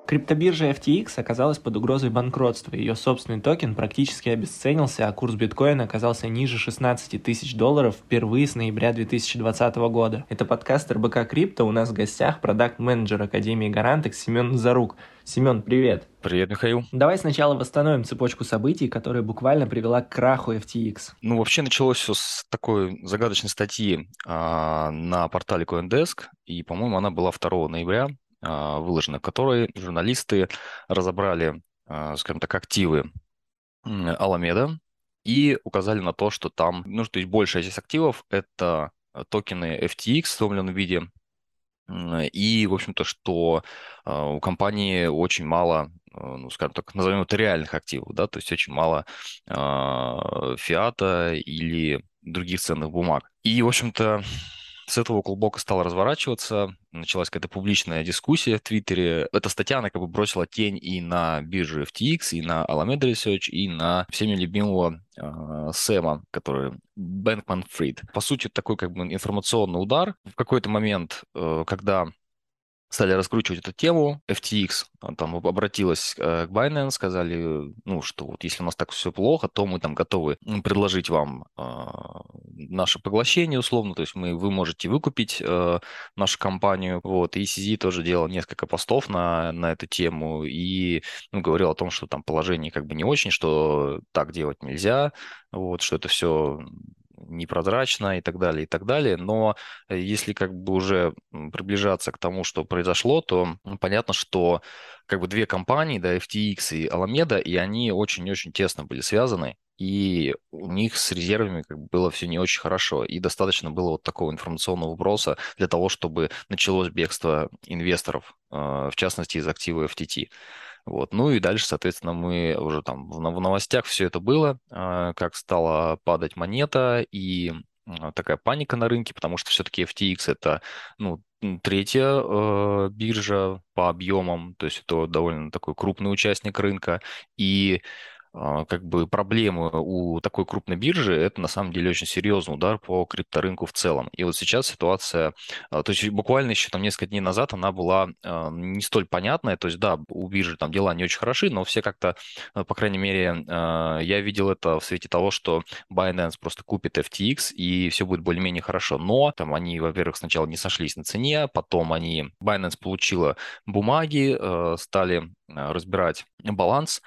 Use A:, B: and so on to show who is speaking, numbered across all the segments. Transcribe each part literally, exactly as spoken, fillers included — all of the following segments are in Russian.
A: Криптобиржа эф ти экс оказалась под угрозой банкротства, ее собственный токен практически обесценился, а курс биткоина оказался ниже шестнадцать тысяч долларов впервые с ноября две тысячи двадцатого года. Это подкаст эр бэ ка Крипто, у нас в гостях продакт-менеджер Академии Гарантекс Семен Зарук. Семен, привет!
B: Привет, Михаил.
A: Давай сначала восстановим цепочку событий, которая буквально привела к краху эф ти экс.
B: Ну, вообще началось все с такой загадочной статьи а, на портале CoinDesk, и, по-моему, она была второго ноября а, выложена, в которой журналисты разобрали, а, скажем так, активы м, Alameda и указали на то, что там, ну, то есть большая часть активов– это токены эф ти экс в сломленном виде, М, И, в общем-то, что а, у компании очень мало, а, ну, скажем так, назовем это реальных активов, да, то есть очень мало а, фиата или других ценных бумаг. И, в общем-то, с этого клубок стал разворачиваться, началась какая-то публичная дискуссия в Твиттере. Эта статья, она как бы бросила тень и на биржу эф ти экс, и на Alameda Research, и на всеми любимого э, Сэма, который Бэнкман-Фрид. По сути, такой как бы информационный удар. В какой-то момент, э, когда стали раскручивать эту тему, эф ти экс а, там об- обратилась э, к Binance, сказали, ну, что вот если у нас так все плохо, то мы там готовы м, предложить вам а, наше поглощение условно, то есть мы, вы можете выкупить э, нашу компанию. Вот, и си зет тоже делал несколько постов на, на эту тему и ну, говорил о том, что там положение как бы не очень, что так делать нельзя, вот, что это все непрозрачно и так далее, и так далее. Но э, если как бы уже м, приближаться к тому, что произошло, то м, понятно, что как бы две компании, да, эф ти экс и Alameda, и они очень-очень тесно были связаны, и у них с резервами как бы было все не очень хорошо, и достаточно было вот такого информационного вброса для того, чтобы началось бегство инвесторов, э, в частности из актива эф ти ти. Вот. Ну и дальше, соответственно, мы уже там в но- в новостях все это было, а, как стала падать монета и а, такая паника на рынке, потому что все-таки эф ти экс это, ну, м, третья э, биржа по объемам, то есть это довольно такой крупный участник рынка, и а, как бы проблемы у такой крупной биржи, это на самом деле очень серьезный удар по крипторынку в целом. И вот сейчас ситуация, а, то есть буквально еще там несколько дней назад она была а, не столь понятная, то есть да, у биржи там дела не очень хороши, но все как-то, а, по крайней мере, а, я видел это в свете того, что Binance просто купит эф ти экс и все будет более-менее хорошо. Но там они, во-первых, сначала не сошлись на цене, потом они, Binance получила бумаги, э, стали э, разбирать баланс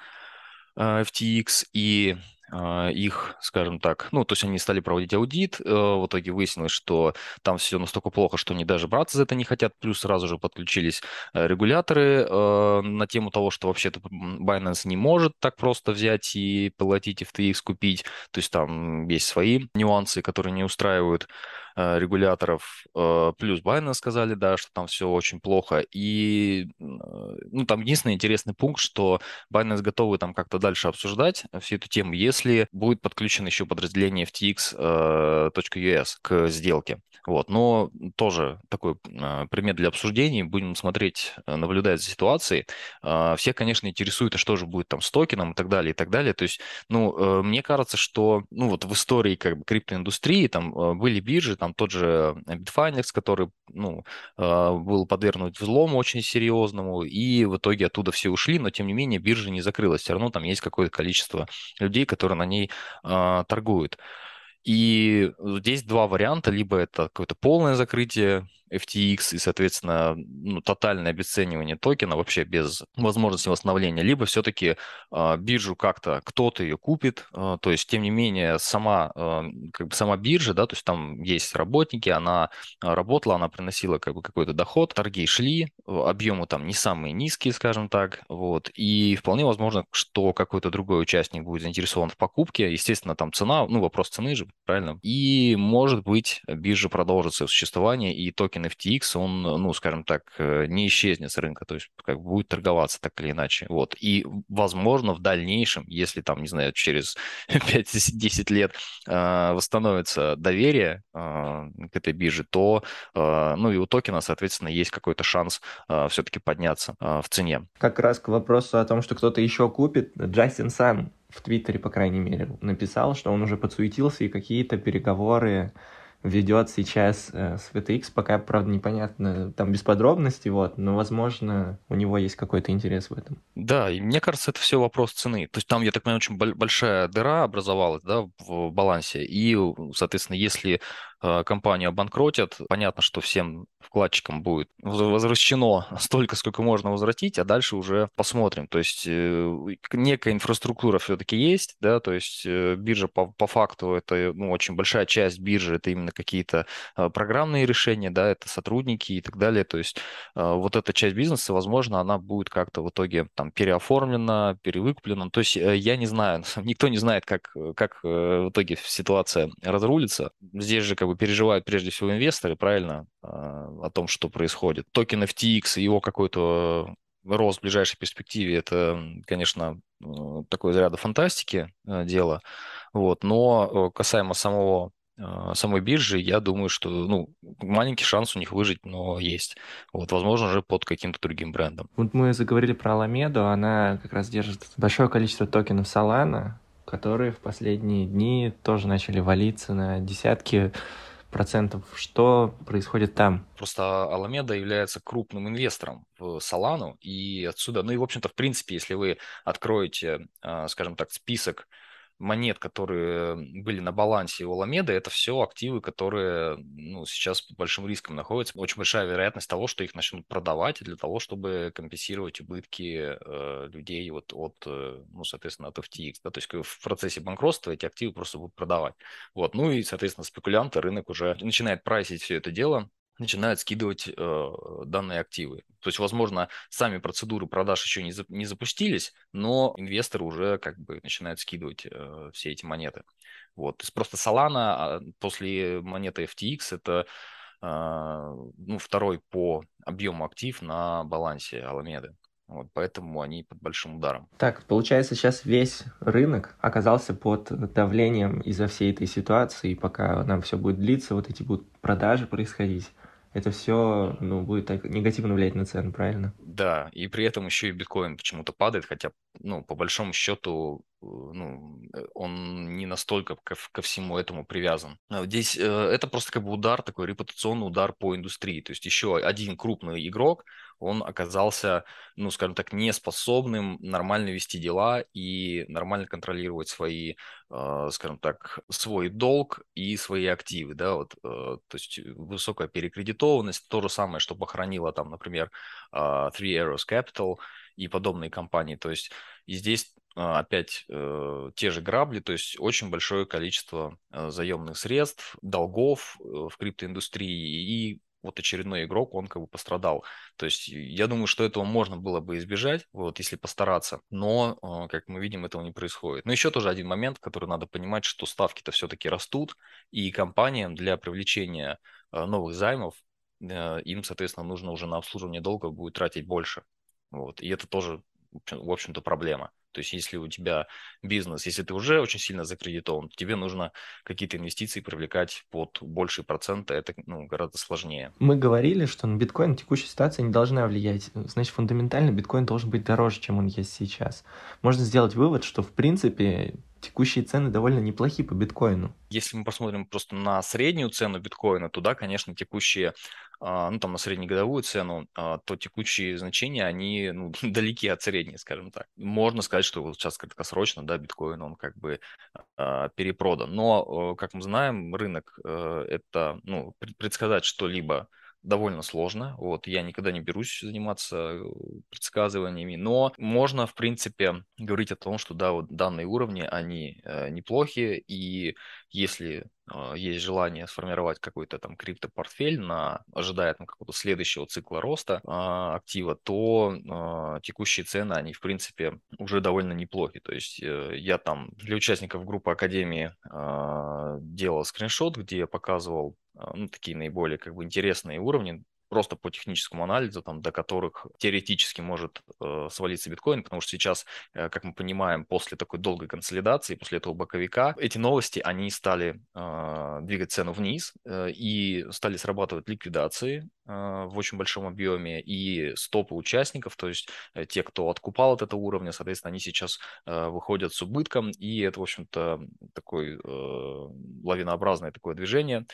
B: э, эф ти экс и э, их, скажем так, ну, то есть они стали проводить аудит, э, в итоге выяснилось, что там все настолько плохо, что они даже браться за это не хотят, плюс сразу же подключились э, регуляторы э, на тему того, что вообще-то м, Binance не может так просто взять и платить эф ти экс купить, то есть там есть свои нюансы, которые не устраивают э, регуляторов, э, плюс Binance сказали, да, что там все очень плохо, и, э, ну, там единственный интересный пункт, что Binance готовы там как-то дальше обсуждать всю эту тему, если будет подключено еще подразделение эф ти экс э, ю эс к сделке. Вот. Но тоже такой э, предмет для обсуждений. Будем смотреть, э, наблюдать за ситуацией. Э, Всех, конечно, интересует, а что же будет там с токеном и так далее, и так далее. То есть, ну, э, мне кажется, что, ну, вот в истории как бы криптоиндустрии там э, были биржи, там тот же Bitfinex, который, ну, э, был подвергнут взлому очень серьезному, и в итоге оттуда все ушли, но тем не менее биржа не закрылась. Все равно там есть какое-то количество людей, которые на ней а, торгуют. И здесь два варианта. Либо это какое-то полное закрытие эф ти экс и, соответственно, ну, тотальное обесценивание токена вообще без возможности восстановления, либо все-таки э, биржу как-то кто-то ее купит. Э, то есть, тем не менее, сама, э, как бы сама биржа, да, то есть там есть работники, она э, работала, она приносила как бы какой-то доход, торги шли, э, объемы там не самые низкие, скажем так, вот, и вполне возможно, что какой-то другой участник будет заинтересован в покупке, естественно, там цена, ну, вопрос цены же, правильно, и, может быть, биржа продолжит свое существование, и токен эф ти экс, он, ну, скажем так, э, не исчезнет с рынка, то есть как бы будет торговаться так или иначе, вот, и, возможно, в дальнейшем, если там, не знаю, через пять-десять лет э, восстановится доверие э, к этой бирже, то, э, ну, и у токена, соответственно, есть какой-то шанс э, все-таки подняться э, в цене.
A: Как раз к вопросу о том, что кто-то еще купит, Джастин Сан в Твиттере, по крайней мере, написал, что он уже подсуетился и какие-то переговоры ведет сейчас э, с ви ти экс, пока, правда, непонятно, там без подробностей, вот, но, возможно, у него есть какой-то интерес в этом.
B: Да, и мне кажется, это все вопрос цены. То есть там, я так понимаю, очень бол- большая дыра образовалась, да, в балансе. И, соответственно, если э, компанию обанкротят, понятно, что всем вкладчикам будет воз- возвращено столько, сколько можно возвратить, а дальше уже посмотрим. То есть э, некая инфраструктура все-таки есть, да, то есть э, биржа по, по факту это, ну, очень большая часть биржи, это именно какие-то э, программные решения, да, это сотрудники и так далее. То есть э, вот эта часть бизнеса, возможно, она будет как-то в итоге там переоформлена, перевыкуплена. То есть э, я не знаю, никто не знает, как, э, как э, в итоге ситуация разрулится. Здесь же как бы переживают прежде всего инвесторы, правильно, э, о том, что происходит. Токен эф ти экс и его какой-то рост в ближайшей перспективе, это, конечно, э, такое из ряда фантастики э, дело. Вот. Но э, касаемо самого э, самой биржи, я думаю, что ну, маленький шанс у них выжить, но есть. Вот, возможно, уже под каким-то другим брендом.
A: Вот мы заговорили про Аламеду, она как раз держит большое количество токенов Solana, которые в последние дни тоже начали валиться на десятки процентов. Что происходит там?
B: Просто Alameda является крупным инвестором в Solana, и отсюда, ну и, в общем-то, в принципе, если вы откроете, э, скажем так, список монет, которые были на балансе у Alameda, это все активы, которые ну, сейчас под большим риском находятся. Очень большая вероятность того, что их начнут продавать для того, чтобы компенсировать убытки э, людей вот от, э, ну, соответственно, от эф ти экс. Да? То есть как бы в процессе банкротства эти активы просто будут продавать. Вот. Ну и, соответственно, спекулянты, рынок уже начинает прайсить все это дело, начинают скидывать э, данные активы. То есть, возможно, сами процедуры продаж еще не, за- не запустились, но инвесторы уже как бы начинают скидывать э, все эти монеты. Вот. То есть просто Solana а, после монеты эф ти экс это а, ну, второй по объему актив на балансе Alameda. Вот, поэтому они под большим ударом.
A: Так, получается, сейчас весь рынок оказался под давлением из-за всей этой ситуации, и пока нам все будет длиться, вот эти будут продажи происходить, это все, ну, будет так негативно влиять на цены, правильно?
B: Да, и при этом еще и биткоин почему-то падает, хотя, ну, по большому счету, э, ну, э, он не настолько ко, ко всему этому привязан. А вот здесь э, это просто как бы удар, такой репутационный удар по индустрии. То есть еще один крупный игрок, он оказался, ну, скажем так, неспособным нормально вести дела и нормально контролировать свои, э, скажем так, свой долг и свои активы, да, вот, э, то есть высокая перекредитованность, то же самое, что похоронило там, например, а, Three Arrows Capital и подобные компании. То есть и здесь а, опять э, те же грабли, то есть очень большое количество э, заемных средств, долгов э, в криптоиндустрии, и вот очередной игрок, он как бы пострадал. То есть я думаю, что этого можно было бы избежать, вот, если постараться, но, э, как мы видим, этого не происходит. Но еще тоже один момент, который надо понимать, что ставки-то все-таки растут, и компаниям для привлечения э, новых займов э, им, соответственно, нужно уже на обслуживание долга будет тратить больше. Вот. И это тоже, в общем- в общем-то, проблема. То есть, если у тебя бизнес, если ты уже очень сильно закредитован, то тебе нужно какие-то инвестиции привлекать под большие проценты, это ну, гораздо сложнее.
A: Мы говорили, что на биткоин текущая ситуация не должна влиять. Значит, фундаментально биткоин должен быть дороже, чем он есть сейчас. Можно сделать вывод, что, в принципе, текущие цены довольно неплохие по биткоину.
B: Если мы посмотрим просто на среднюю цену биткоина, то да, конечно, текущие, а, ну там на среднегодовую цену, а, то текущие значения, они ну, далеки от средней, скажем так. Можно сказать, что вот сейчас краткосрочно, да, биткоин, он как бы а, перепродан. Но, э, как мы знаем, рынок э, это, ну, пред- предсказать что-либо довольно сложно. Вот, я никогда не берусь заниматься э, предсказываниями, но можно, в принципе, говорить о том, что да, вот данные уровни, они э, неплохие, и если э, есть желание сформировать какой-то там криптопортфель на ожидая там какого-то следующего цикла роста э, актива, то э, текущие цены, они, в принципе, уже довольно неплохи. То есть э, я там для участников группы Академии э, делал скриншот, где я показывал э, ну, такие наиболее как бы интересные уровни, просто по техническому анализу, там, до которых теоретически может э, свалиться биткоин, потому что сейчас, э, как мы понимаем, после такой долгой консолидации, после этого боковика, эти новости, они стали э, двигать цену вниз э, и стали срабатывать ликвидации э, в очень большом объеме и стопы участников, то есть э, те, кто откупал от этого уровня, соответственно, они сейчас э, выходят с убытком, и это, в общем-то, такой э, лавинообразное такое движение.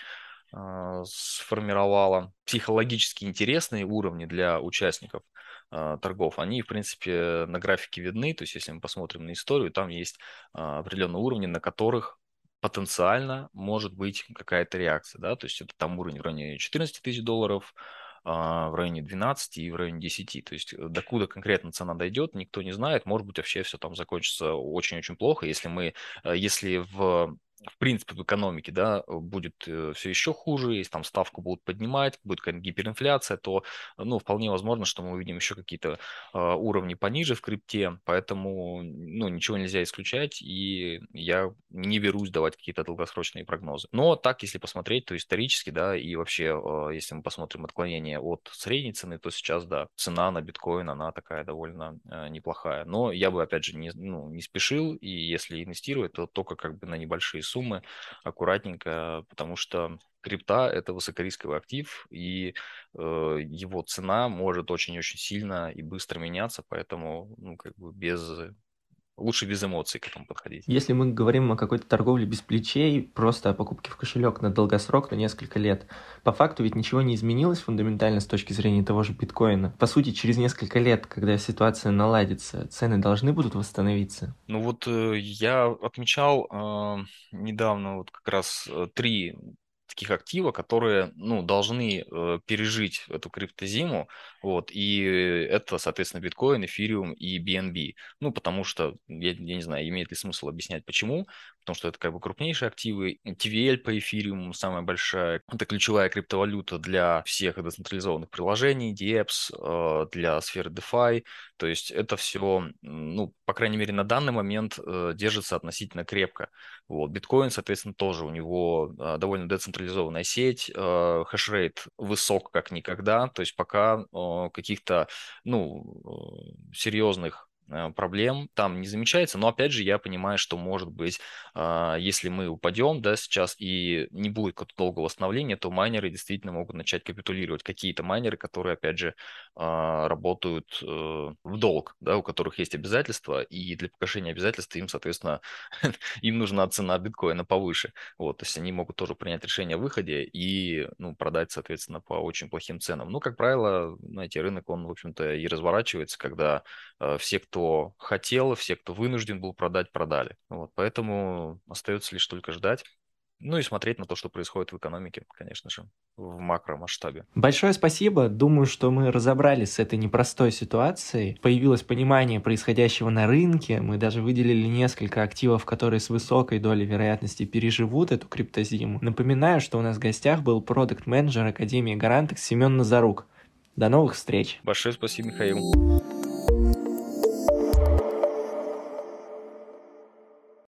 B: э, сформировала психологически интересные уровни для участников э, торгов. Они, в принципе, на графике видны. То есть, если мы посмотрим на историю, там есть э, определенные уровни, на которых потенциально может быть какая-то реакция, да, то есть это там уровень в районе четырнадцати тысяч долларов, а, в районе двенадцати и в районе десяти. То есть э, докуда конкретно цена дойдет, никто не знает. Может быть, вообще все там закончится очень-очень плохо, если мы, э, если в в принципе, в экономике, да, будет все еще хуже, если там ставку будут поднимать, будет какая-то гиперинфляция, то, ну, вполне возможно, что мы увидим еще какие-то а, уровни пониже в крипте, поэтому, ну, ничего нельзя исключать, и я не берусь давать какие-то долгосрочные прогнозы. Но так, если посмотреть, то исторически, да, и вообще, а, если мы посмотрим отклонение от средней цены, то сейчас, да, цена на биткоин, она такая довольно а, неплохая. Но я бы, опять же, не, ну, не спешил, и если инвестировать, то только как бы на небольшие суммы, аккуратненько, потому что крипта – это высокорисковый актив, и э, его цена может очень-очень сильно и быстро меняться, поэтому, ну, как бы без, лучше без эмоций к этому подходить.
A: Если мы говорим о какой-то торговле без плечей, просто о покупке в кошелек на долгосрок, на несколько лет, по факту ведь ничего не изменилось фундаментально с точки зрения того же биткоина. По сути, через несколько лет, когда ситуация наладится, цены должны будут восстановиться.
B: Ну вот э, я отмечал э, недавно вот как раз э, три таких актива, которые, ну, должны э, пережить эту криптозиму, вот, и это, соответственно, биткоин, эфириум и би эн би. Ну, потому что, я, я не знаю, имеет ли смысл объяснять, почему, потому что это как бы крупнейшие активы, ти ви эль по эфириуму самая большая, это ключевая криптовалюта для всех децентрализованных приложений, ди эпс, э, для сферы DeFi, то есть это все, ну, по крайней мере, на данный момент э, держится относительно крепко. Вот. Биткоин, соответственно, тоже у него э, довольно децентрализованная сеть, э, хешрейт высок как никогда, то есть пока э, каких-то, ну, э, серьезных э, проблем там не замечается, но опять же я понимаю, что может быть, э, если мы упадем, да, сейчас и не будет какого-то долгого восстановления, то майнеры действительно могут начать капитулировать. Какие-то майнеры, которые, опять же, а, работают э, в долг, да, у которых есть обязательства, и для погашения обязательств им, соответственно, им нужна цена биткоина повыше. Вот, то есть они могут тоже принять решение о выходе и, ну, продать, соответственно, по очень плохим ценам. Ну, как правило, знаете, рынок, он, в общем-то, и разворачивается, когда э, все, кто хотел, все, кто вынужден был продать, продали. Вот, поэтому остается лишь только ждать. Ну и смотреть на то, что происходит в экономике, конечно же, в макромасштабе.
A: Большое спасибо. Думаю, что мы разобрались с этой непростой ситуацией. Появилось понимание происходящего на рынке. Мы даже выделили несколько активов, которые с высокой долей вероятности переживут эту криптозиму. Напоминаю, что у нас в гостях был продакт-менеджер Академии Гарантекс Семен Назарук. До новых встреч.
B: Большое спасибо, Михаил.